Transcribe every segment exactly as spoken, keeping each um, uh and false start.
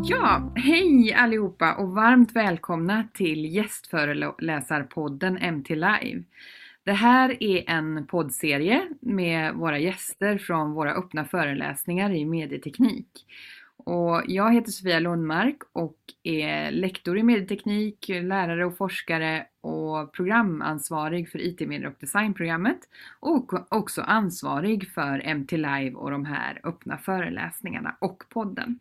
Ja, hej allihopa och varmt välkomna till gästföreläsarpodden M T Live. Det här är en poddserie med våra gäster från våra öppna föreläsningar i medieteknik. Och jag heter Sofia Lundmark och är lektor i medieteknik, lärare och forskare och programansvarig för I T-medier och designprogrammet och också ansvarig för M T Live och de här öppna föreläsningarna och podden.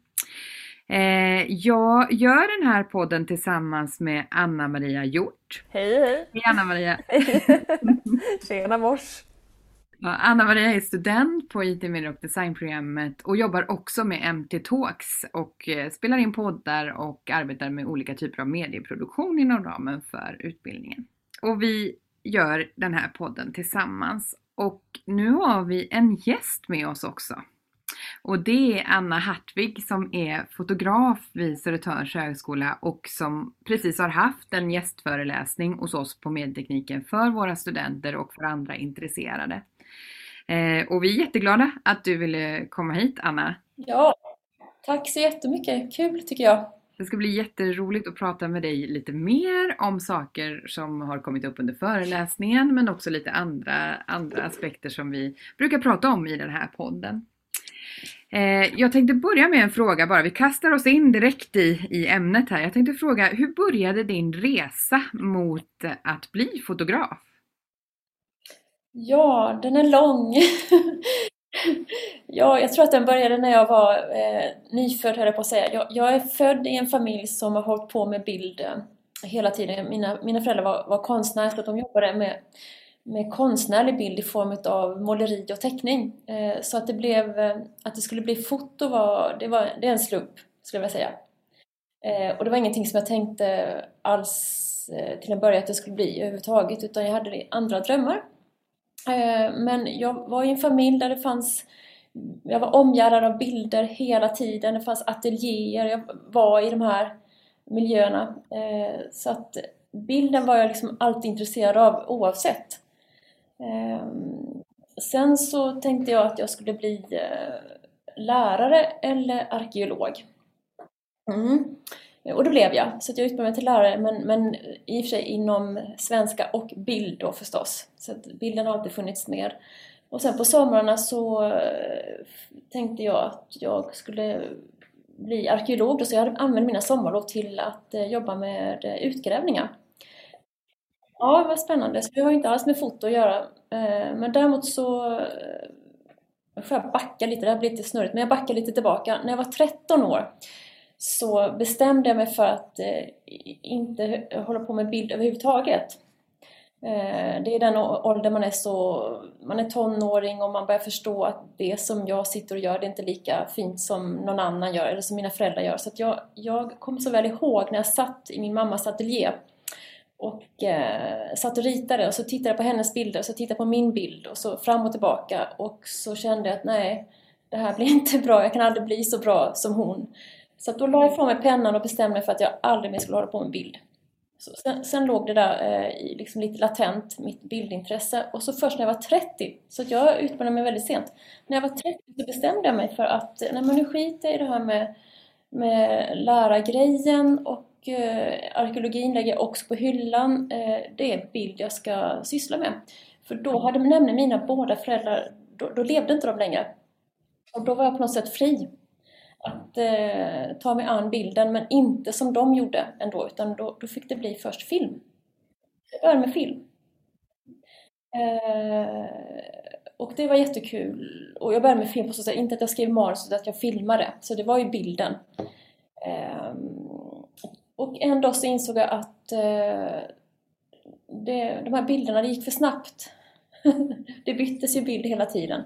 Jag gör den här podden tillsammans med Anna-Maria Hjort. Hej hej! Hej Anna-Maria! Tjena mors! Ja, Anna-Maria är student på I T-medier och designprogrammet och jobbar också med M T Talks och spelar in poddar och arbetar med olika typer av medieproduktion inom ramen för utbildningen. Och vi gör den här podden tillsammans och nu har vi en gäst med oss också. Och det är Anna Hartvig som är fotograf vid Södertörns högskola och som precis har haft en gästföreläsning hos oss på medietekniken för våra studenter och för andra intresserade. Eh, och vi är jätteglada att du ville komma hit, Anna. Ja, tack så jättemycket. Kul tycker jag. Det ska bli jätteroligt att prata med dig lite mer om saker som har kommit upp under föreläsningen men också lite andra, andra aspekter som vi brukar prata om i den här podden. Jag tänkte börja med en fråga bara. Vi kastar oss in direkt i, i ämnet här. Jag tänkte fråga, hur började din resa mot att bli fotograf? Ja, den är lång. Ja, jag tror att den började när jag var eh, nyfödd, höll jag på att säga. Jag, jag är född i en familj som har hållit på med bild hela tiden. Mina, mina föräldrar var, var konstnärer, så att de jobbade med med konstnärlig bild i form av måleri och teckning. Så att det blev att det skulle bli foto var det var det är en slump, skulle jag säga. Och det var ingenting som jag tänkte alls till en början att det skulle bli överhuvudtaget, utan jag hade andra drömmar. Men jag var i en familj där det fanns jag var omgärdad av bilder hela tiden. Det fanns ateljéer, jag var i de här miljöerna. Så att bilden var jag liksom alltid intresserad av oavsett. Sen så tänkte jag att jag skulle bli lärare eller arkeolog. Mm. Och då blev jag. Så jag utbildade mig till lärare, men, men i och för sig inom svenska och bild då förstås. Så att bilden har alltid funnits med. Och sen på somrarna så tänkte jag att jag skulle bli arkeolog då, så jag hade använt mina sommarlov till att jobba med utgrävningar. Ja, det var spännande. Så det har inte alls med foto att göra. Men däremot så får jag backa lite. Det här blir lite snurrigt, men jag backar lite tillbaka. När jag var tretton år så bestämde jag mig för att inte hålla på med bild överhuvudtaget. Det är den ålder man är så, man är tonåring och man börjar förstå att det som jag sitter och gör, det är inte lika fint som någon annan gör eller som mina föräldrar gör. Så att jag, jag kommer så väl ihåg när jag satt i min mammas ateljé och eh, satt och ritade och så tittade jag på hennes bilder och så tittade jag på min bild och så fram och tillbaka, och så kände jag att nej, det här blir inte bra, jag kan aldrig bli så bra som hon. Så att då la jag ifrån mig pennan och bestämde mig för att jag aldrig mer skulle hålla på med bild. Så sen, sen låg det där eh, liksom lite latent, mitt bildintresse. Och så först när jag var trettio, så att jag utbildade mig väldigt sent. När jag var trettio så bestämde jag mig för att nej, men nu skiter jag i det här med, med lärargrejen, och eh, arkeologin lägger jag också på hyllan. Eh, det är bild jag ska syssla med. För då hade nämligen mina båda föräldrar, då, då levde inte de längre. Och då var jag på något sätt fri att eh, ta mig an bilden, men inte som de gjorde ändå, utan då, då fick det bli först film. Jag började med film. Eh, och det var jättekul. Och jag började med film på så sätt, inte att jag skrev manus utan att jag filmade. Så det var ju bilden. Eh, och en dag så insåg jag att eh, det, de här bilderna, det gick för snabbt. Det byttes ju bild hela tiden.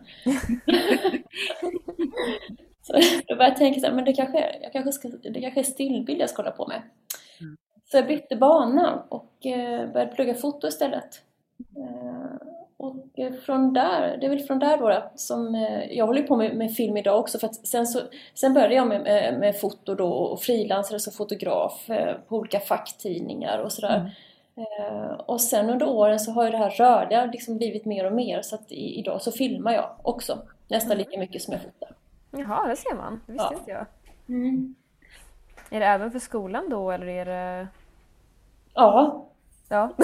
Så då började jag tänka så här, men det kanske, jag kanske ska, det kanske är stillbild jag ska hålla på med. Mm. Så jag bytte bana och eh, började plugga foto istället. Eh, och från där, det är väl från där då, då som eh, jag håller på med, med film idag också. För att sen, så, sen började jag med, med, med foto då och frilansade som fotograf eh, på olika facktidningar och sådär. Mm. Eh, och sen under åren så har ju det här rörliga liksom blivit mer och mer. Så att i, idag så filmar jag också nästan lika mycket som jag fotar. Jaha, det ser man. Det visste ja. inte jag. Mm. Är det även för skolan då eller är det... Ja. Ja.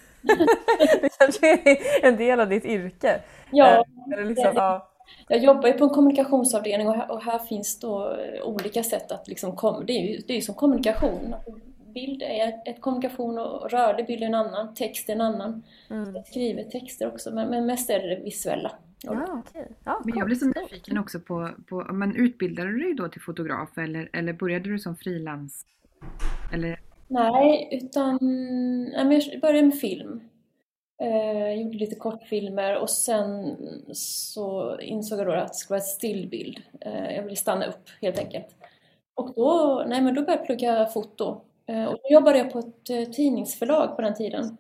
Det kanske är en del av ditt yrke. Ja, Eller liksom, ja. Jag jobbar ju på en kommunikationsavdelning och här, och här finns då olika sätt att liksom kom, det är ju det är ju som kommunikation. Bild är ett kommunikation och rörlig bild är en annan, text är en annan. Mm. Jag skriver texter också, men, men mest är det det visuella. Ja, okay. Ja, men jag blir så nyfiken också på, på men utbildade du dig då till fotograf eller, eller började du som frilans? Eller? Nej, utan jag började med film. Jag gjorde lite kortfilmer och sen så insåg jag då att det skulle vara ett stillbild. Jag ville stanna upp helt enkelt. Och då, nej, men då började jag plugga foto. Och då jobbade jag på ett tidningsförlag på den tiden.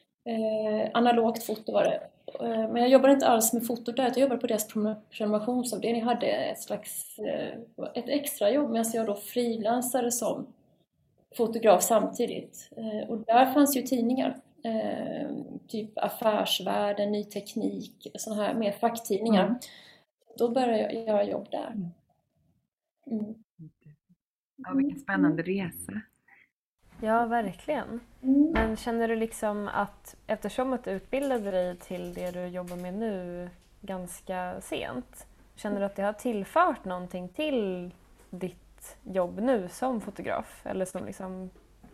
Analogt foto var det. Men jag jobbade inte alls med foto där, jag jobbade på deras prenumerationsavdelning. Jag hade ett slags ett extra jobb medan jag då frilansade som fotograf samtidigt. Och där fanns ju tidningar. Eh, typ Affärsvärlden, Ny Teknik, sådana här mer facktidningar. Mm. Då började jag göra jobb där. Mm. Ja, vilken spännande resa. Ja, verkligen. Mm. Men känner du liksom att eftersom att du utbildade dig till det du jobbar med nu ganska sent, känner du att det har tillfört någonting till ditt jobb nu som fotograf eller som liksom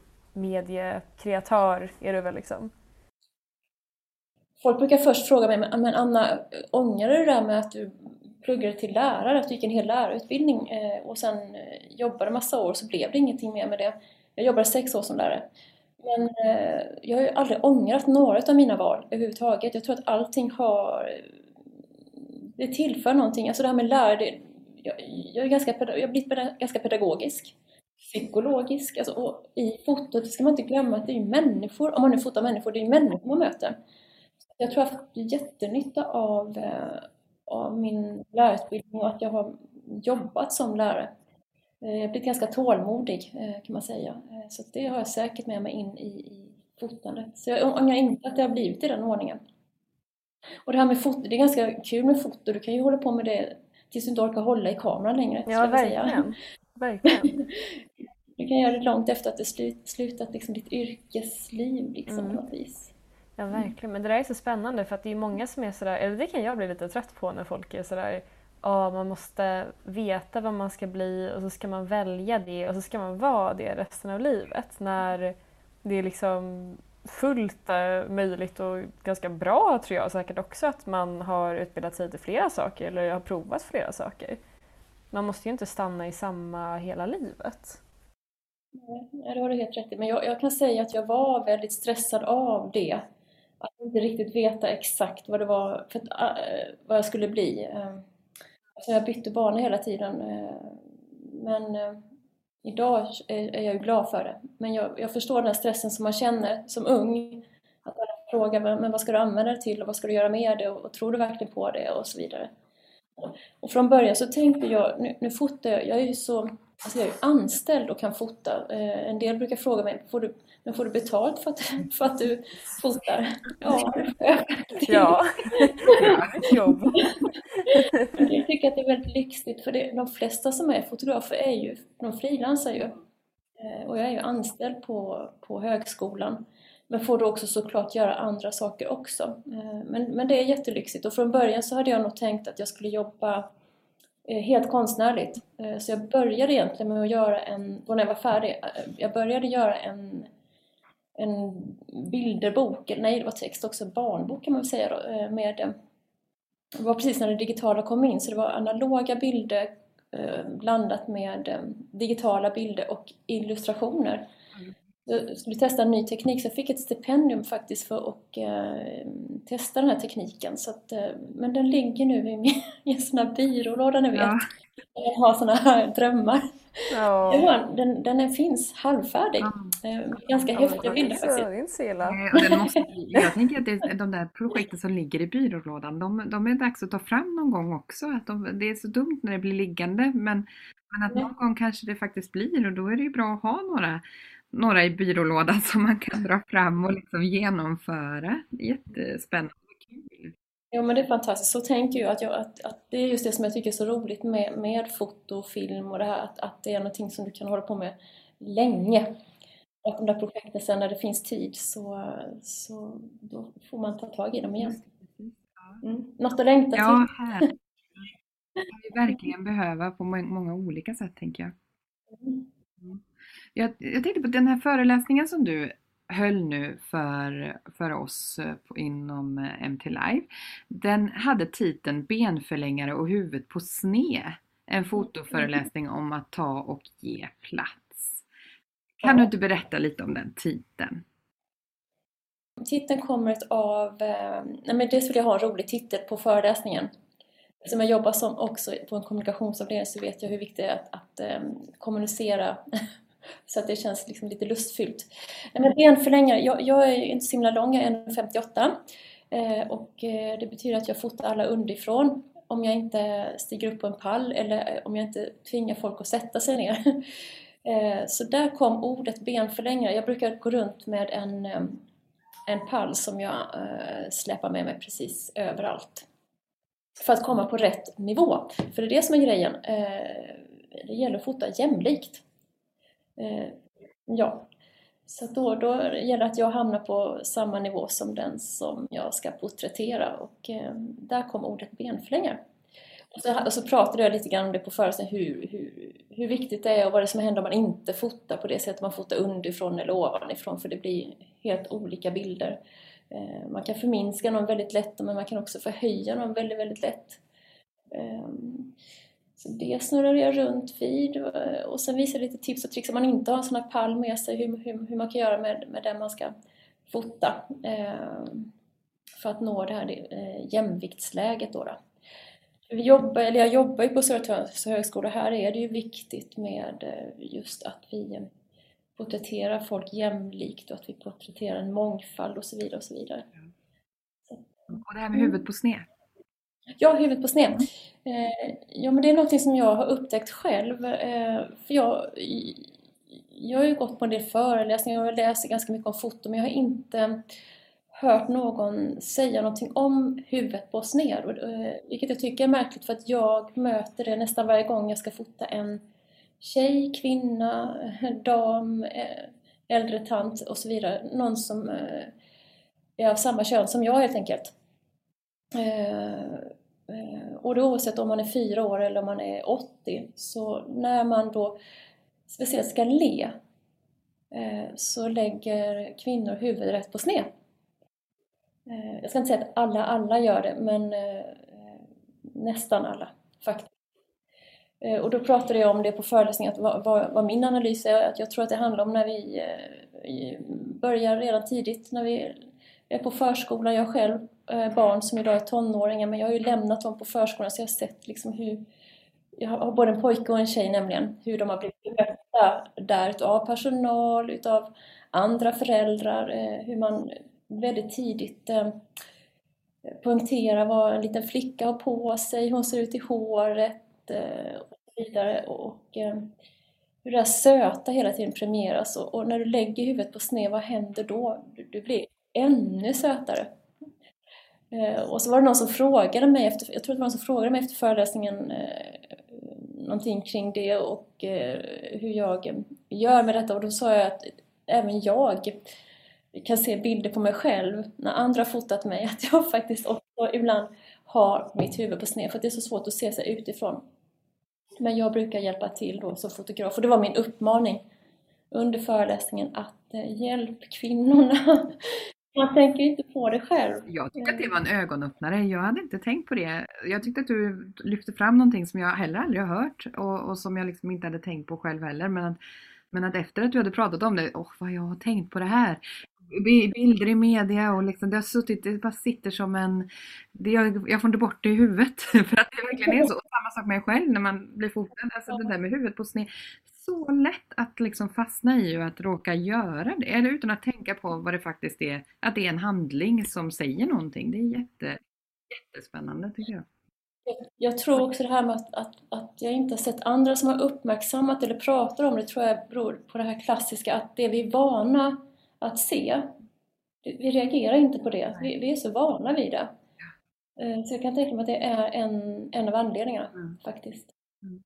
mediekreatör är du väl liksom? Folk brukar först fråga mig, men Anna, ångrar du det där med att du pluggade till lärare, att du gick en hel lärarutbildning och sen jobbade massa år så blev det ingenting mer med det. Jag jobbade sex år som lärare. Men jag har ju aldrig ångrat några av mina val överhuvudtaget. Jag tror att allting har, det tillför någonting. Alltså det här med lärare, jag, jag är ganska, jag har blivit ganska pedagogisk. Psykologisk, alltså, och i fotot ska man inte glömma att det är människor, om man nu fotar människor, det är människor man möter. Jag tror att jag har haft jättenytta av, av min lärarutbildning och att jag har jobbat som lärare. Jag har blivit ganska tålmodig kan man säga, så det har jag säkert med mig in i, i fotandet. Så jag ångrar inte att det har blivit i den ordningen. Och det här med foto, det är ganska kul med foto, du kan ju hålla på med det tills du inte orkar hålla i kameran längre. Ja, verkligen. Verkligen. Du kan göra det långt efter att du slut, slutat liksom ditt yrkesliv liksom, mm. på något vis. Ja, verkligen. Men det där är så spännande för att det är många som är sådär, eller det kan jag bli lite trött på när folk är sådär, ja, man måste veta vad man ska bli och så ska man välja det och så ska man vara det resten av livet. När det är liksom fullt möjligt och ganska bra tror jag säkert också att man har utbildat sig till flera saker eller har provat flera saker. Man måste ju inte stanna i samma hela livet. Nej, det har du helt rätt i. Men jag, jag kan säga att jag var väldigt stressad av det. Att inte riktigt veta exakt vad det var, för att, äh, vad jag skulle bli. Så jag bytte bana hela tiden. Men äh, idag är, är jag ju glad för det. Men jag, jag förstår den här stressen som man känner som ung. Att alla frågar, men vad ska du använda det till och vad ska du göra med det och, och tror du verkligen på det och så vidare. Och från början så tänkte jag, nu, nu fotar jag, jag är ju så, alltså jag är ju anställd och kan fota. Eh, en del brukar fråga mig, får du, men får du betalt för att, för att du fotar? Ja, ja. Jobb. Jag tycker att det är väldigt lyxigt för det, de flesta som är fotografer är ju, de frilansar ju. Eh, och jag är ju anställd på, på högskolan. Men får då också såklart göra andra saker också. Men, men det är jättelyxigt. Och från början så hade jag nog tänkt att jag skulle jobba helt konstnärligt. Så jag började egentligen med att göra en, då när jag var färdig, jag började göra en, en bilderbok, nej det var text också, barnbok kan man väl säga då, med, det var precis när det digitala kom in, så det var analoga bilder blandat med digitala bilder och illustrationer. Jag skulle testa en ny teknik så jag fick ett stipendium faktiskt för att eh, testa den här tekniken. Så att, eh, men den ligger nu i, min, i en sån här byrålåda ni vet. Ja. Jag har såna här drömmar. Ja. Ja, den, den finns halvfärdig. Ja. Eh, ganska ja, häftiga bilder faktiskt. Och den måste, jag tänker att det, de där projekten som ligger i byrålådan, de, de är dags att ta fram någon gång också. Att de, det är så dumt när det blir liggande. Men, men att någon gång kanske det faktiskt blir och då är det ju bra att ha några några i byrålådan som man kan dra fram och liksom genomföra. Jättespännande och kul. Jo, men det är fantastiskt. Så tänker jag att, jag att, att det är just det som jag tycker är så roligt med, med foto, film och det här. Att, att det är någonting som du kan hålla på med länge. Och de där projekten sen när det finns tid så, så då får man ta tag i dem igen. Mm. Något att längta till. Ja, här kan vi verkligen behöva på må- många olika sätt, tänker jag. Mm. Jag, jag tänkte på den här föreläsningen som du höll nu för, för oss eh, på, inom eh, M T Live. Den hade titeln Benförlängare och huvudet på sned. En fotoföreläsning om att ta och ge plats. Kan du inte berätta lite om den titeln? Titeln kommer av, eh, nej men dels vill jag ha en rolig titel på föreläsningen. Som jag jobbar som också på en kommunikationsavdelning så vet jag hur viktigt det är att, att eh, kommunicera så att det känns liksom lite lustfyllt. Men benförlängare, jag, jag är inte så himla lång, jag är en komma femtioåtta eh, och eh, det betyder att jag fotar alla underifrån om jag inte stiger upp på en pall eller om jag inte tvingar folk att sätta sig ner. eh, så där kom ordet benförlängare. Jag brukar gå runt med en, en pall som jag eh, släpar med mig precis överallt. För att komma på rätt nivå. För det är det som är grejen. Eh, det gäller att fota jämlikt. Eh, ja. Så då, då gäller det att jag hamnar på samma nivå som den som jag ska porträttera. Och eh, där kom ordet benförlängare. Och så, och så pratade jag lite grann om det på föreställningen. Hur, hur, hur viktigt det är och vad det som händer om man inte fotar på det sättet. Man fotar underifrån eller ovanifrån. För det blir helt olika bilder. Man kan förminska någon väldigt lätt men man kan också förhöja någon väldigt, väldigt lätt. Så det snurrar jag runt vid och sen visar jag lite tips och tricks om man inte har en sån här pall med sig hur, hur, hur man kan göra med, med den man ska fota för att nå det här jämviktsläget då. då. Vi jobbar, eller jag jobbar ju på Södertörns högskola. Här är det ju viktigt med just att vi porträttera folk jämlikt och att vi porträtterar en mångfald och så vidare och så vidare. Och det här med huvudet på sned. Ja, huvudet på sned. Eh, ja, men det är något som jag har upptäckt själv. Eh, för jag, jag har ju gått på en del föreläsningar och läser ganska mycket om foto, men jag har inte hört någon säga någonting om huvudet på sned. Och, eh, vilket jag tycker är märkligt för att jag möter det nästan varje gång jag ska fota en tjej, kvinna, dam, äldre tant och så vidare. Någon som är av samma kön som jag helt enkelt. Och då oavsett om man är fyra år eller om man är åttio. Så när man då speciellt ska le så lägger kvinnor huvudet rätt på sned. Jag ska inte säga att alla, alla gör det, men nästan alla faktiskt. Och då pratade jag om det på föreläsningen, att vad, vad, vad min analys är. Att jag tror att det handlar om när vi eh, börjar redan tidigt, när vi är på förskolan. Jag själv eh, barn som idag är tonåringar, men jag har ju lämnat dem på förskolan så jag har sett liksom hur, jag har både en pojke och en tjej nämligen, hur de har blivit bemötta där utav personal, utav andra föräldrar, eh, hur man väldigt tidigt eh, poängterar vad en liten flicka har på sig, hon ser ut i håret, och så vidare, och eh, hur det här söta hela tiden premieras, och, och när du lägger huvudet på sned, vad händer då? Du, du blir ännu sötare. Eh, och så var det någon som frågade mig efter, jag tror det var någon som frågade mig efter föreläsningen eh, någonting kring det och eh, hur jag gör med detta, och då sa jag att även jag kan se bilder på mig själv när andra har fotat mig, att jag faktiskt också ibland har mitt huvud på sned, för att det är så svårt att se sig utifrån. Men jag brukar hjälpa till då som fotograf, och det var min uppmaning under föreläsningen att eh, hjälp kvinnorna. Man tänker inte på det själv. Jag tycker att det var en ögonöppnare. Jag hade inte tänkt på det. Jag tyckte att du lyfte fram någonting som jag heller aldrig har hört och, och som jag liksom inte hade tänkt på själv heller. Men att, men att efter att du hade pratat om det, åh oh, vad jag har tänkt på det här. Bilder i media och liksom, det har suttit, det bara sitter som en, det, jag, jag får inte bort det i huvudet för att det verkligen är så. Och samma sak med mig själv när man blir fotad, alltså det där med huvudet på sned, så lätt att liksom fastna i och att råka göra det, eller utan att tänka på vad det faktiskt är, att det är en handling som säger någonting. Det är jätte, jättespännande tycker jag. Jag tror också det här med att, att, att jag inte har sett andra som har uppmärksammat eller pratar om det, tror jag beror på det här klassiska, att det vi är vana att se, vi reagerar inte på det, vi, vi är så vana vid det. Eh, Så jag kan tänka mig att det är en, en av anledningarna Mm. faktiskt. Mm.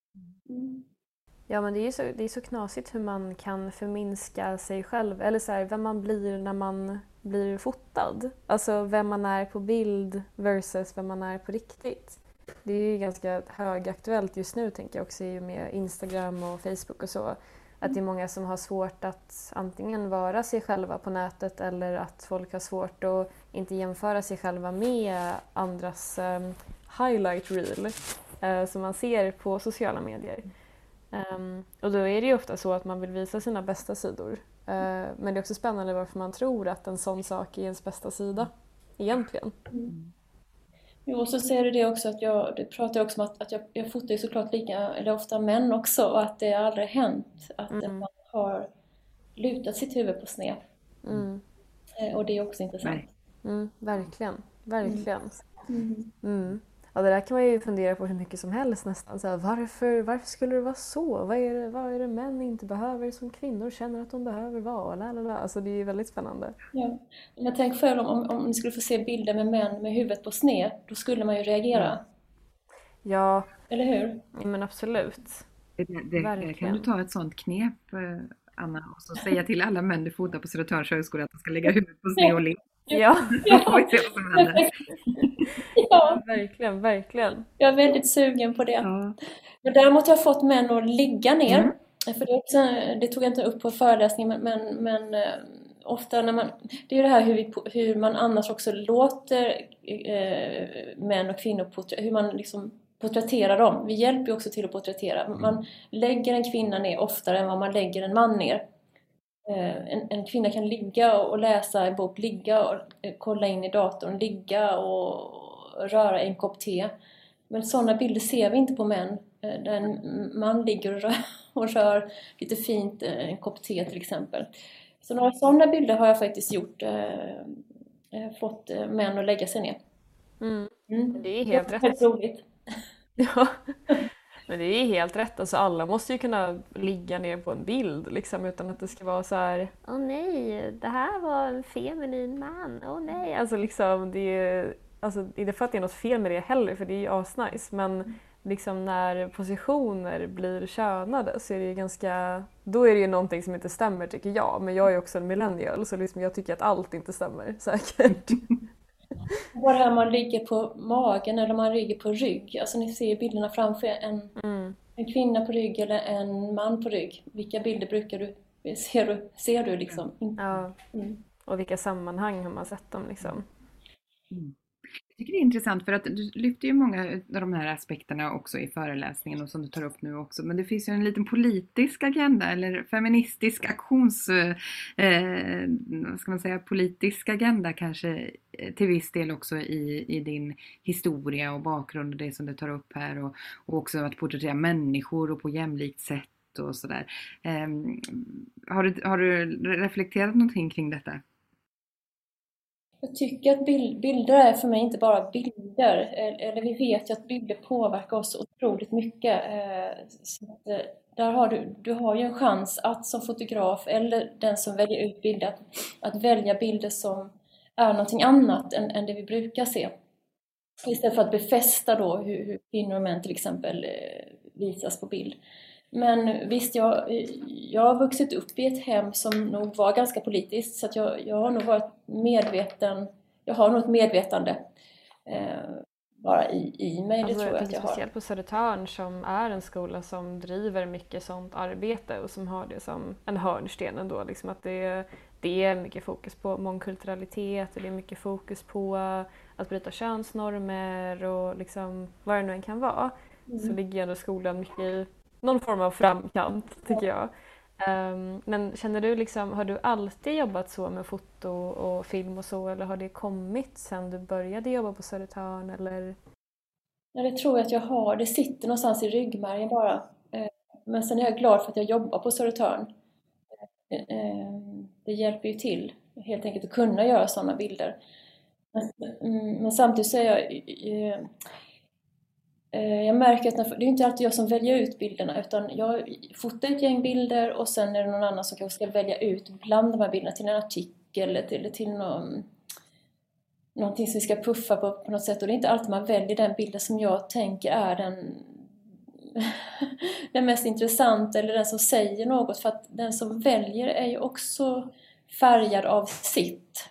Mm. Ja, men det är ju så, det är så knasigt hur man kan förminska sig själv. Eller så här, vem man blir när man blir fotad. Alltså vem man är på bild versus vem man är på riktigt. Det är ju ganska högaktuellt just nu, tänker jag också, med Instagram och Facebook och så. Att det är många som har svårt att antingen vara sig själva på nätet eller att folk har svårt att inte jämföra sig själva med andras um, highlight reel uh, som man ser på sociala medier. Um, och då är det ju ofta så att man vill visa sina bästa sidor. Uh, men det är också spännande varför man tror att en sån sak är ens bästa sida egentligen. Mm. Jo, och så ser du det också att jag, du pratar också om att, att jag, jag fotar ju såklart lika, eller ofta män också, och att det aldrig hänt att Mm. man har lutat sitt huvud på sned. Mm. Eh, Och det är också intressant. Nej. Mm, verkligen, verkligen. Mm. Mm. Ja, det där kan man ju fundera på hur mycket som helst nästan. Så här, varför, varför skulle det vara så? Vad är, det, vad är det män inte behöver som kvinnor känner att de behöver vara? Lalala. Alltså det är ju väldigt spännande. Ja. Men jag tänker själv om, om, om ni skulle få se bilder med män med huvudet på sned, då skulle man ju reagera. Ja, Eller hur? men absolut. Det, det, Verkligen. kan du ta ett sånt knep, eh, Anna, och så säga till alla män du fotar på Södertörns högskola att de ska lägga huvudet på sned och le. Ja, Då får vi se vad som händer. Ja, verkligen, verkligen. jag är väldigt sugen på det. Ja. Men däremot har jag fått män att ligga ner. Mm. För det, är också, det tog jag inte upp på föreläsningen, men, men, men eh, ofta när man... Det är ju det här hur, vi, hur man annars också låter eh, män och kvinnor porträ- hur man liksom porträtterar dem. Vi hjälper ju också till att porträttera. Man lägger en kvinna ner oftare än vad man lägger en man ner. Eh, en, en kvinna kan ligga och, och läsa en bok, ligga och eh, kolla in i datorn, ligga och, och röra en kopp te. Men sådana bilder ser vi inte på män. Eh, där en man ligger och rör, och rör lite fint eh, en kopp te till exempel. Så några sådana bilder har jag faktiskt gjort. Eh, eh, fått eh, män att lägga sig ner. Mm. Mm. Det är helt Det är rätt. väldigt roligt. Ja, men det är helt rätt. Alltså, alla måste ju kunna ligga ner på en bild liksom, utan att det ska vara så här: åh nej, det här var en feminin man, åh nej. Alltså liksom, det är, alltså, inte för att det är något fel med det heller, för det är ju asnice, men liksom när positioner blir könade så är det ju ganska, då är det ju någonting som inte stämmer, tycker jag. Men jag är också en millennial, så liksom jag tycker att allt inte stämmer säkert. Bara här man ligger på magen eller man ligger på rygg. Alltså ni ser bilderna framför er. En, Mm. en kvinna på rygg eller en man på rygg. Vilka bilder brukar du, ser du, ser du liksom? Ja. Mm. Och vilka sammanhang har man sett dem liksom? Mm. Jag tycker det är intressant för att du lyfter ju många av de här aspekterna också i föreläsningen och som du tar upp nu också. Men det finns ju en liten politisk agenda eller feministisk aktions, eh, vad ska man säga, politisk agenda kanske till viss del också i, i din historia och bakgrund och det som du tar upp här. Och, och också att porträttera människor och på jämlikt sätt och sådär. Eh, har, du, har du reflekterat någonting kring detta? Jag tycker att bild, bilder är för mig inte bara bilder. Eller vi vet ju att bilder påverkar oss otroligt mycket. Så att, där har du, du har ju en chans att som fotograf eller den som väljer ut bilder att, att välja bilder som är någonting annat än, än det vi brukar se. Istället för att befästa då hur, hur kvinnor och män till exempel visas på bild. Men visst, jag, jag har vuxit upp i ett hem som nog var ganska politiskt, så att jag, jag har nog varit medveten, jag har nog ett medvetande eh, bara i, i mig, det alltså, tror jag att jag har. Speciellt på Södertörn som är en skola som driver mycket sånt arbete och som har det som en hörnsten ändå, liksom att det, det är mycket fokus på mångkulturalitet och det är mycket fokus på att bryta könsnormer och liksom vad det nu än kan vara. Mm. Så ligger ändå skolan mycket i någon form av framkant, tycker jag. Um, men känner du liksom, har du alltid jobbat så med foto och film och så, eller har det kommit sen du började jobba på Södertörn, eller? Ja, det tror jag att jag har. Det sitter någonstans i ryggmärgen bara. Men sen är jag glad för att jag jobbar på Södertörn. Det hjälper ju till, helt enkelt, att kunna göra sådana bilder. Men samtidigt så är jag... Jag märker att det är inte alltid jag som väljer ut bilderna, utan jag fotar ett gäng bilder och sen är det någon annan som kanske ska välja ut bland de här bilderna till en artikel eller till, till någon, någonting som vi ska puffa på på något sätt. Och det är inte alltid man väljer den bilden som jag tänker är den, den mest intressanta eller den som säger något. För att den som väljer är ju också färgad av sitt.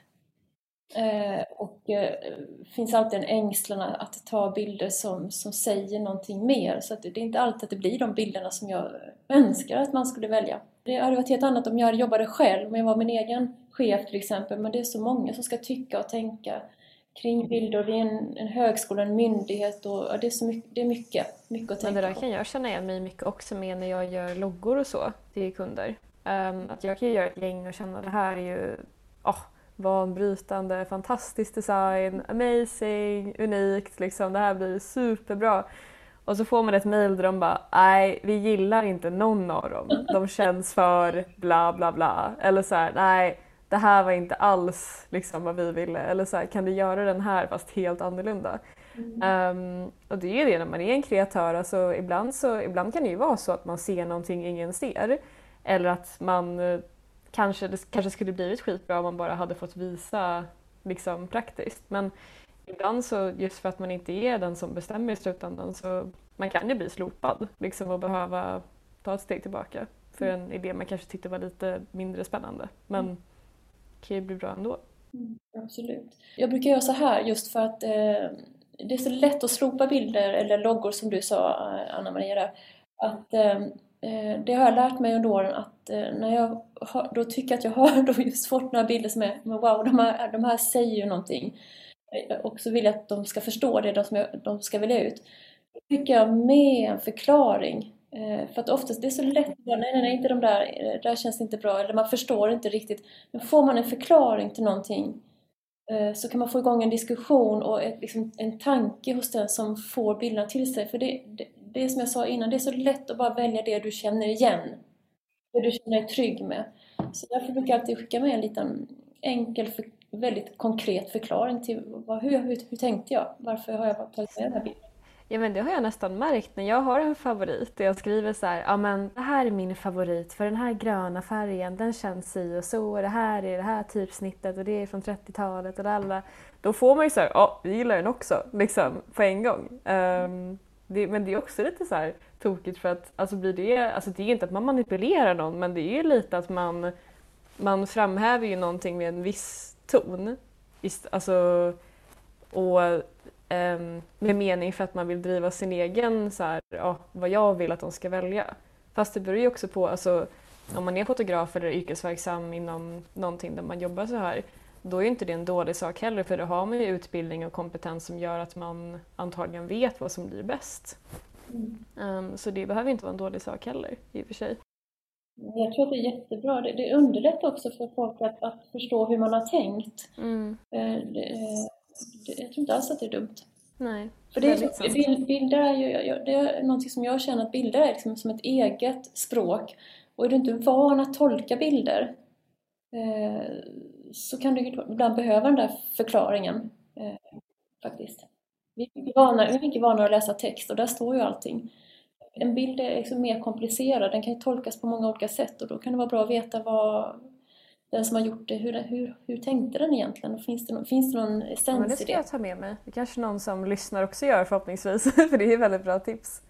Eh, och eh, finns alltid en ängslan att ta bilder som, som säger någonting mer. Så att det är inte alltid att det blir de bilderna som jag önskar att man skulle välja. Det hade varit helt annat om jag jobbade själv, om jag var min egen chef till exempel. Men det är så många som ska tycka och tänka kring bilder. Vi är en, en högskola, en myndighet och ja, det är så mycket, det är mycket, mycket att tänka på. Men det där kan jag känna igen mig mycket också med när jag gör loggor och så till kunder. Um, att jag kan göra ett gäng och känna att det här är ju oh, banbrytande, fantastisk design, amazing, unikt, liksom, det här blir superbra. Och så får man ett mejl där de bara, nej, vi gillar inte någon av dem. De känns för bla bla bla. Eller så här, nej, det här var inte alls liksom vad vi ville. Eller så här, kan du göra den här fast helt annorlunda? Mm. Um, och det är ju det när man är en kreatör. Alltså, ibland, så, ibland kan det ju vara så att man ser någonting ingen ser. Eller att man kanske, det kanske skulle blivit skitbra om man bara hade fått visa liksom, praktiskt. Men ibland så, just för att man inte är den som bestämmer i slutändan, så man kan ju bli slopad liksom, och behöva ta ett steg tillbaka för en idé man kanske tyckte var lite mindre spännande. Men mm. det kan ju bli bra ändå. Mm, absolut. Jag brukar göra så här just för att eh, det är så lätt att slopa bilder eller loggor som du sa, Anna-Maria, där. Att eh, det har jag lärt mig under åren att eh, när jag har, då tycker att jag har då just fått några bilder som är wow, de här, de här säger ju någonting. Och så vill jag att de ska förstå det de, som jag, de ska välja ut. Då tycker jag med en förklaring. Eh, för att oftast det är så lätt att nej, nej, nej, inte de där, det där känns inte bra. Eller man förstår inte riktigt. Men får man en förklaring till någonting eh, så kan man få igång en diskussion och ett, liksom, en tanke hos den som får bilderna till sig. För det, det, det är som jag sa innan, det är så lätt att bara välja det du känner igen. Det du känner dig trygg med. Så därför brukar jag alltid skicka med en liten enkel förklaring. Väldigt konkret förklaring till vad, hur, hur, hur tänkte jag? Varför har jag tagit med den här bilden? Ja, men det har jag nästan märkt när jag har en favorit. Jag skriver så här, ja men det här är min favorit för den här gröna färgen, den känns si och så. Och det här är det här typsnittet och det är från trettiotalet och alla. Då får man ju så här, ja vi gillar den också, liksom på en gång. Um, det, men det är också lite så här tokigt för att alltså blir det, alltså det är inte att man manipulerar någon, men det är ju lite att man, man framhäver ju någonting med en viss ton, alltså, och um, med mening för att man vill driva sin egen, så här, ja, vad jag vill att de ska välja. Fast det beror ju också på, alltså, om man är fotograf eller yrkesverksam inom någonting där man jobbar så här, då är ju inte det en dålig sak heller, för då har man ju utbildning och kompetens som gör att man antagligen vet vad som blir bäst. Mm. Um, så det behöver inte vara en dålig sak heller, i och för sig. Jag tror att det är jättebra. Det, det underlättar också för folk att, att förstå hur man har tänkt. Mm. Det, det, jag tror inte alls att det är dumt. Nej. För det är, bild, bilder är ju det är något som jag känner att bilder är liksom som ett eget språk. Och är du inte van att tolka bilder eh, så kan du ibland behöva den där förklaringen eh, faktiskt. Vi är mycket vana, vi är mycket vana att läsa text och där står ju allting. En bild är liksom mer komplicerad, den kan ju tolkas på många olika sätt och då kan det vara bra att veta vad den som har gjort det, hur, hur, hur tänkte den egentligen och finns det någon, finns det någon essens ja, det ska i det? Jag ta med mig. Det kanske någon som lyssnar också gör förhoppningsvis, för det är väldigt bra tips.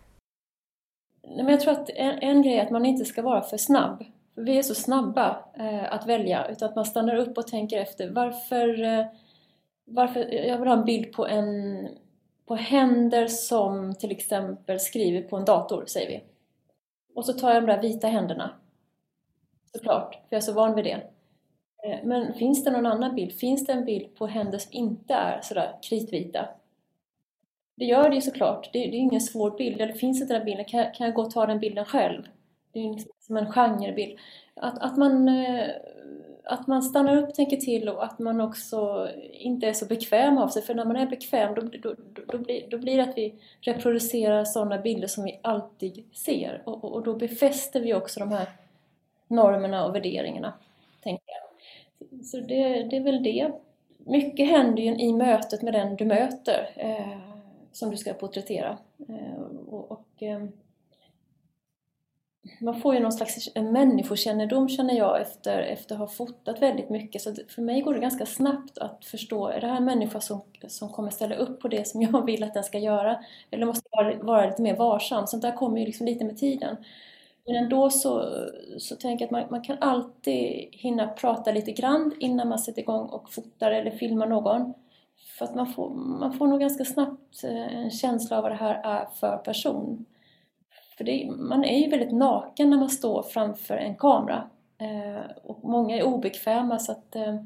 Nej, men jag tror att en, en grej är att man inte ska vara för snabb. För vi är så snabba eh, att välja, utan att man stannar upp och tänker efter varför, eh, varför jag vill ha en bild på en på händer som till exempel skriver på en dator, säger vi. Och så tar jag de där vita händerna. Såklart, för jag är så van vid det. Men finns det någon annan bild? Finns det en bild på händer som inte är sådär kritvita? Det gör det ju såklart. Det är, det är ingen svår bild. Eller finns det den där bilden? Kan, kan jag gå och ta den bilden själv? Det är ju liksom som en genrebild. Att, att man... Att man stannar upp och tänker till och att man också inte är så bekväm av sig. För när man är bekväm då, då, då, blir, då blir det att vi reproducerar sådana bilder som vi alltid ser. Och, och, och då befäster vi också de här normerna och värderingarna, tänker jag. Så det, det är väl det. Mycket händer ju i mötet med den du möter eh, som du ska porträttera. Eh, och... och eh, man får ju någon slags en människokännedom, känner jag, efter, efter att ha fotat väldigt mycket. Så för mig går det ganska snabbt att förstå, är det här en människa som, som kommer ställa upp på det som jag vill att den ska göra? Eller måste jag vara, vara lite mer varsam? Sånt där kommer ju liksom lite med tiden. Men ändå så, så tänker jag att man, man kan alltid hinna prata lite grann innan man sätter igång och fotar eller filmar någon. För att man får, man får nog ganska snabbt en känsla av vad det här är för person. För det, man är ju väldigt naken när man står framför en kamera. Eh, och många är obekväma, så att, eh,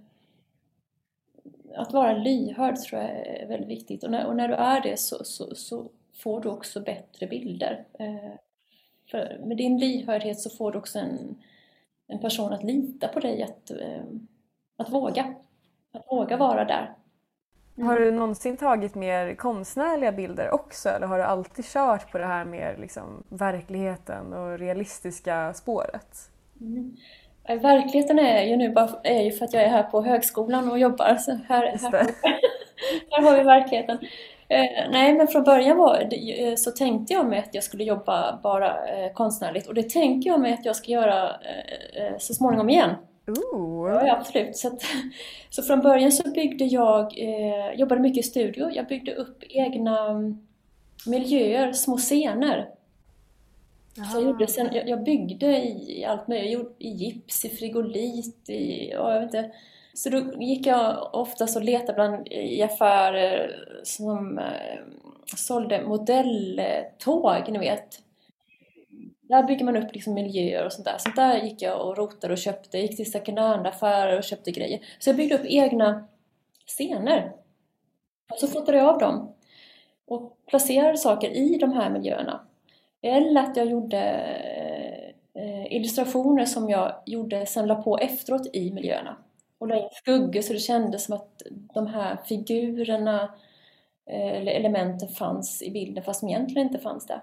att vara lyhörd tror jag är väldigt viktigt. Och när, och när du är det så, så, så får du också bättre bilder. Eh, för med din lyhördhet så får du också en, en person att lita på dig, att, eh, att våga. Att våga vara där. Har du någonsin tagit mer konstnärliga bilder också, eller har du alltid kört på det här mer liksom verkligheten och realistiska spåret? Mm. Verkligheten är ju nu bara är ju för att jag är här på högskolan och jobbar, så här, här, här har vi verkligheten. Eh, nej, men från början var det, så tänkte jag mig att jag skulle jobba bara eh, konstnärligt, och det tänker jag mig att jag ska göra eh, så småningom igen. Ooh. Ja, absolut. Så, att, så från början så byggde jag, eh, jobbade mycket i studio. Jag byggde upp egna miljöer, små scener. Så jag, gjorde, sen, jag, jag byggde i allt möjligt. Jag gjorde i gips, i frigolit, i, ja, jag vet inte. Så då gick jag oftast och letade bland i affärer som eh, sålde modelltåg, ni vet. Där bygger man upp liksom miljöer och sånt där. Sånt där gick jag och rotade och köpte. Jag gick till second hand-affärer och köpte grejer. Så jag byggde upp egna scener. Och så fotade jag av dem. Och placerade saker i de här miljöerna. Eller att jag gjorde eh, illustrationer som jag gjorde, sen la på efteråt i miljöerna. Och la in skuggor så det kändes som att de här figurerna eh, eller elementen fanns i bilden, fast de egentligen inte fanns där.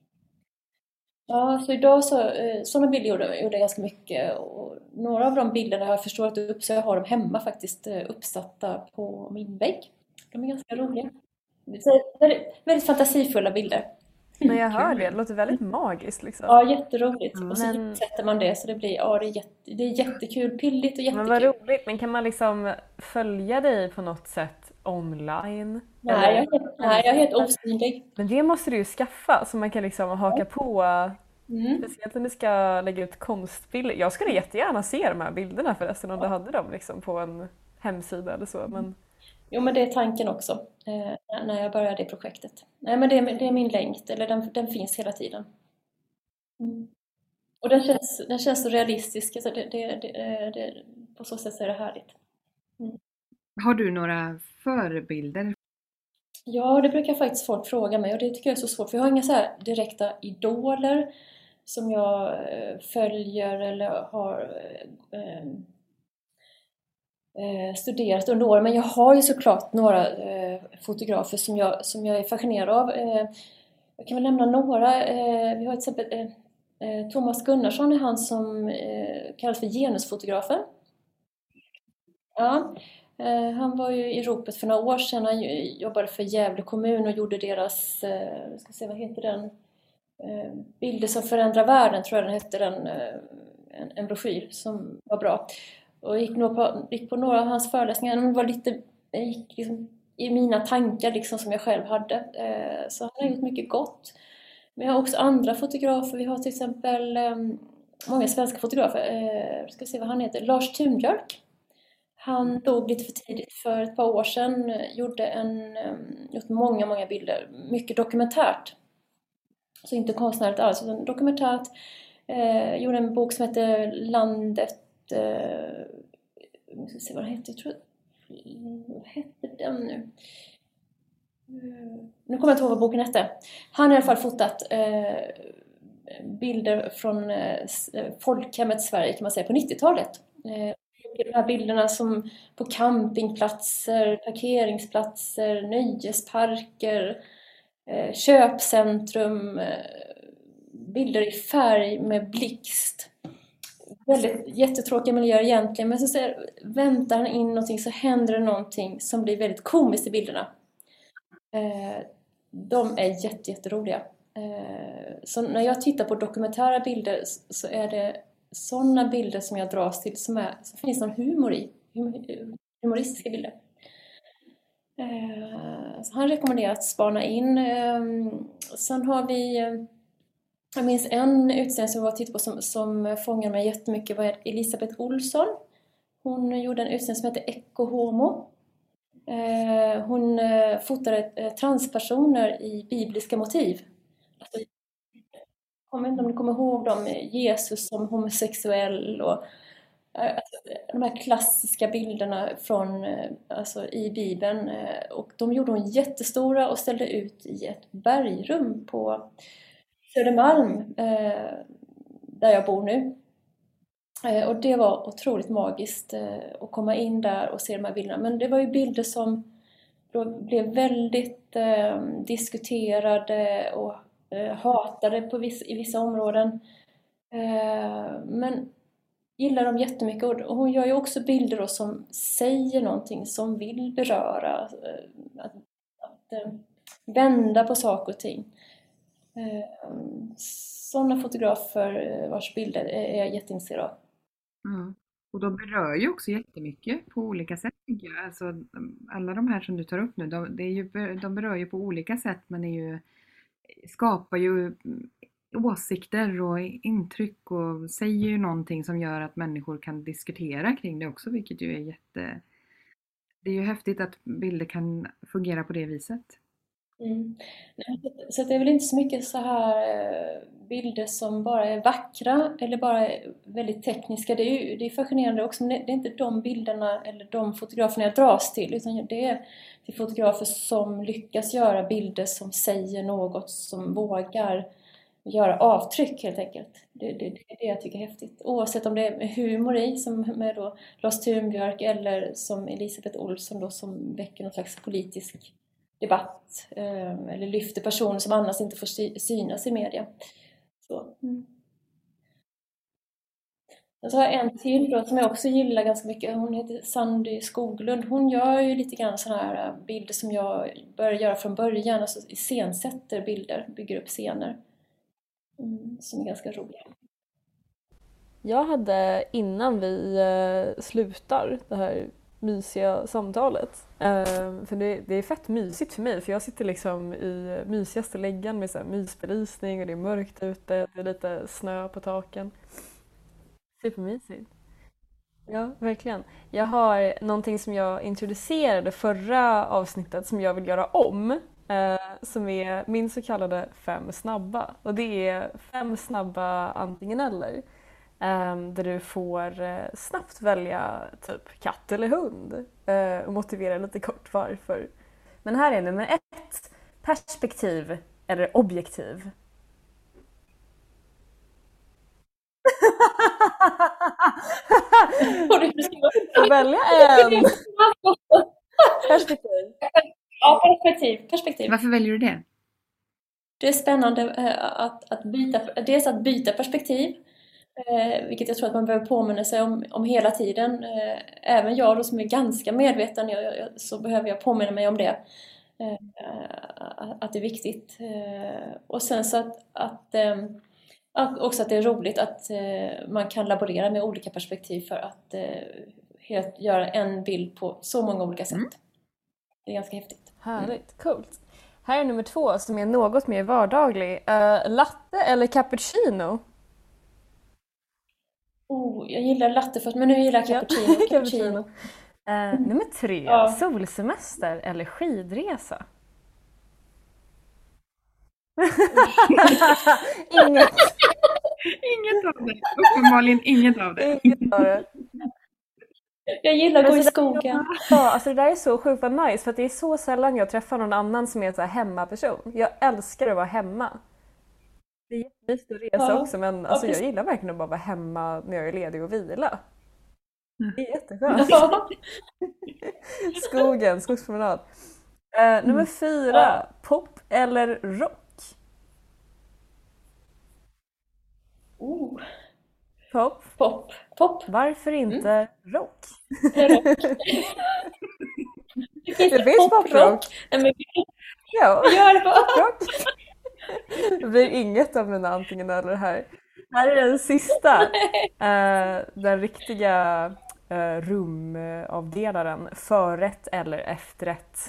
Ja, så idag så, sådana bilder gjorde, gjorde jag ganska mycket, och några av de bilderna har jag förstått upp, så jag har dem hemma faktiskt uppsatta på min vägg. De är ganska roliga. Så väldigt, väldigt fantasifulla bilder. Men jag hör det, det låter väldigt magiskt liksom. Ja, jätteroligt. Mm. Och så men... sätter man det så det blir, ja, det är, jätte, det är jättekul, pilligt och jättekul. Men vad roligt, men kan man liksom följa dig på något sätt online? Nej, jag är helt, nej, jag är helt osynlig. Men det måste du ju skaffa, så man kan liksom haka på. Mm. Speciellt när du ska lägga ut konstbilder. Jag skulle jättegärna se de här bilderna förresten, om du hade dem liksom på en hemsida eller så. Men... Jo, men det är tanken också eh, när jag började det projektet. Nej, men det är, det är min längd, eller den, den finns hela tiden. Mm. Och den känns, den känns så realistisk, så det, det, det, det, på så sätt är det härligt. Mm. Har du några förebilder? Ja, det brukar faktiskt folk fråga mig, och det tycker jag är så svårt, för jag har inga så här direkta idoler som jag följer eller har eh, eh, studerat under åren. Men jag har ju såklart några eh, fotografer som jag, som jag är fascinerad av. Eh, jag kan väl nämna några. Eh, vi har till exempel eh, Thomas Gunnarsson, är han som eh, kallas för genusfotografen. Ja. Han var ju i ropet för några år sedan. Han jobbade för Gävle kommun och gjorde deras, jag ska se vad heter den, Bilder som förändrar världen, tror jag den hette, den, en, en broschyr som var bra. Och gick, nog på, gick på några av hans föreläsningar. Det var lite, gick liksom i mina tankar liksom som jag själv hade. Så han har gjort mycket gott. Men jag har också andra fotografer. Vi har till exempel många svenska fotografer. Jag ska se vad han heter. Lars Thunbjörk. Han dog lite för tidigt för ett par år sedan, gjorde en, gjort många, många bilder, mycket dokumentärt. Så inte konstnärligt alls, utan dokumentärt. Eh, gjorde en bok som heter Landet, eh, jag ska se vad den heter, jag tror, vad hette den nu? Nu kommer jag inte ihåg vad boken hette. Han har i alla fall fotat eh, bilder från eh, folkhemmet Sverige, kan man säga, på nittiotalet. Eh, De här bilderna som på campingplatser, parkeringsplatser, nöjesparker, eh, köpcentrum, eh, bilder i färg med blixt. Väldigt jättetråkiga miljöer egentligen, men så säger, väntar han in någonting så händer det någonting som blir väldigt komiskt i bilderna. Eh, de är jätte, jätteroliga. Eh, så när jag tittar på dokumentära bilder så är det sådana bilder som jag dras till som, är, som finns någon humor i. Humoristiska bilder. Eh, så han rekommenderar att spana in. Eh, sen har vi... Jag minns en utställning som jag var tittade på som, som fångade mig jättemycket var Elisabeth Olsson. Hon gjorde en utställning som heter Ecce Homo. Eh, hon eh, fotade eh, transpersoner i bibliska motiv. Alltså, jag vet inte om du kommer ihåg dem, Jesus som homosexuell och eh, alltså, de här klassiska bilderna från, eh, alltså, i Bibeln. Eh, och de gjorde hon jättestora och ställde ut i ett bergrum på Södermalm, eh, där jag bor nu. Eh, och det var otroligt magiskt eh, att komma in där och se de här bilderna. Men det var ju bilder som då blev väldigt eh, diskuterade och eh, hatade på viss, i vissa områden. Eh, men gillar dem jättemycket. Och hon gör ju också bilder då som säger någonting, som vill beröra. Eh, att att eh, vända på saker och ting. Sådana fotografer vars bilder är jag jätteintresserad av. Mm. Och de berör ju också jättemycket på olika sätt. Alltså, alla de här som du tar upp nu, de, det är ju, de berör ju på olika sätt, men är ju, skapar ju åsikter och intryck och säger ju någonting som gör att människor kan diskutera kring det också, vilket ju är jätte... Det är ju häftigt att bilder kan fungera på det viset. Mm. Så det är väl inte så mycket så här bilder som bara är vackra eller bara är väldigt tekniska. Det är ju det är fascinerande också, men det är inte de bilderna eller de fotograferna jag dras till, utan det är till fotografer som lyckas göra bilder som säger något, som vågar göra avtryck helt enkelt. Det, det, det är det jag tycker är häftigt. Oavsett om det är med humor i, som med då Lars Thunbjörk, eller som Elisabeth Olsson då, som väcker någon slags politisk debatt eh, eller lyfter personer som annars inte får sy- synas i media. Så. Mm. Och så har jag en till då, som jag också gillar ganska mycket. Hon heter Sandy Skoglund. Hon gör ju lite grann sådana här bilder som jag började göra från början. Alltså iscensätter bilder, bygger upp scener. Mm, som är ganska roliga. Jag hade, innan vi eh, slutar det här mysiga samtalet, eh, för det, det är fett mysigt för mig, för jag sitter liksom i mysigaste läggan med så här mysbelysning och det är mörkt ute, det är lite snö på taken. Supermysigt. Ja, verkligen. Jag har någonting som jag introducerade förra avsnittet som jag vill göra om, eh, som är min så kallade fem snabba. Och det är fem snabba antingen eller. Um, där du får uh, snabbt välja typ katt eller hund uh, och motivera lite kort varför. Men här är nummer ett. Perspektiv eller objektiv? Välja en! Perspektiv. Ja, perspektiv. perspektiv. Varför väljer du det? Det är spännande uh, att, att byta, dels att byta perspektiv. Eh, vilket jag tror att man behöver påminna sig om, om hela tiden. Eh, även jag då, som är ganska medveten, jag, jag, så behöver jag påminna mig om det. Eh, att det är viktigt. Eh, och sen så att, att, eh, att också att det är roligt att eh, man kan laborera med olika perspektiv för att eh, helt göra en bild på så många olika sätt. Mm. Det är ganska häftigt. Härligt, coolt. Här är nummer två som är något mer vardaglig. Uh, latte eller cappuccino? Oh, jag gillar latte först, men nu gillar jag cappuccino. Ja, cappuccino. Uh, nummer tre, ja. Solsemester eller skidresa? inget. inget av det. Uppenbarligen inget av det. Inget av det. Jag gillar att gå i skogen. Ja, alltså det där är så sjukt nice, för att det är så sällan jag träffar någon annan som är en så här hemmaperson. Jag älskar att vara hemma. Det är jättemysigt att resa ja. också, men alltså, jag gillar verkligen att bara vara hemma när jag är ledig och vila. Det är jätteskönt. Ja. Skogen, skogspromenad. Uh, nummer fyra, ja. Pop eller rock? Oh. Pop. Pop. Pop. Varför inte mm. rock? rock. Det finns poprock. Pop ja, gör det poprock. Det blir inget av mina antingen eller här. Här är den sista. Eh, den riktiga eh, rumavdelaren. Förrätt eller efterrätt.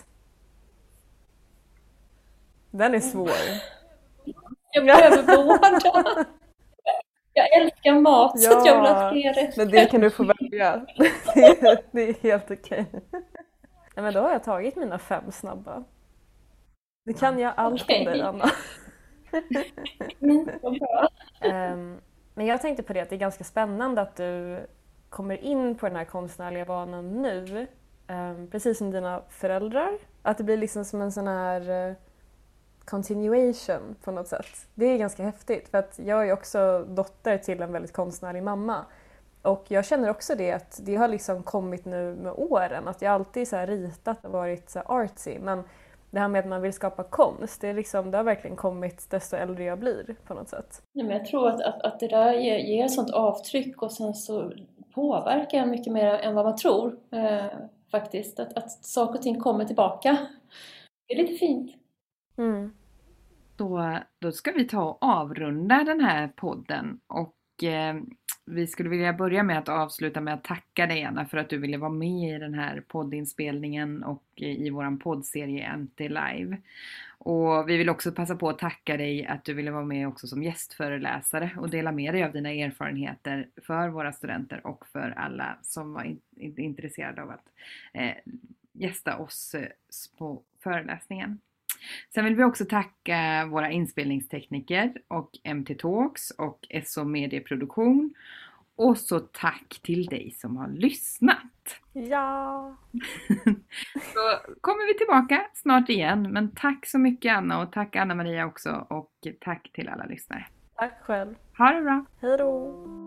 Den är svår. Jag behöver båda. Jag älskar mat så att jag vill ha fler rätter. Men det kan du få välja. Det är, det är helt okej. Nej, men då har jag tagit mina fem snabba. Det kan jag allt Okej. om dig, Anna. Mm, vad bra. Ehm, men jag tänkte på det att det är ganska spännande att du kommer in på den här konstnärliga banan nu. Ehm, precis som dina föräldrar. Att det blir liksom som en sån här eh, continuation på något sätt. Det är ganska häftigt för att jag är också dotter till en väldigt konstnärlig mamma. Och jag känner också det att det har liksom kommit nu med åren. Att jag alltid så här ritat och varit så här artsy. Men det här med att man vill skapa konst, det, är liksom, det har verkligen kommit desto äldre jag blir på något sätt. Nej, men jag tror att, att, att det där ger, ger ett sånt avtryck och sen så påverkar jag mycket mer än vad man tror. Eh, faktiskt. Att, att saker och ting kommer tillbaka. Det är lite fint. Mm. Då, då ska vi ta och avrunda den här podden och eh, vi skulle vilja börja med att avsluta med att tacka dig, Anna, för att du ville vara med i den här poddinspelningen och i våran poddserie M T Live. Och vi vill också passa på att tacka dig att du ville vara med också som gästföreläsare och dela med dig av dina erfarenheter för våra studenter och för alla som var in, in, intresserade av att eh, gästa oss eh, på föreläsningen. Sen vill vi också tacka våra inspelningstekniker och M T Talks och S O Medieproduktion. Och så tack till dig som har lyssnat. Ja! Så kommer vi tillbaka snart igen. Men tack så mycket, Anna, och tack Anna Maria också. Och tack till alla lyssnare. Tack själv. Ha det bra! Hej då!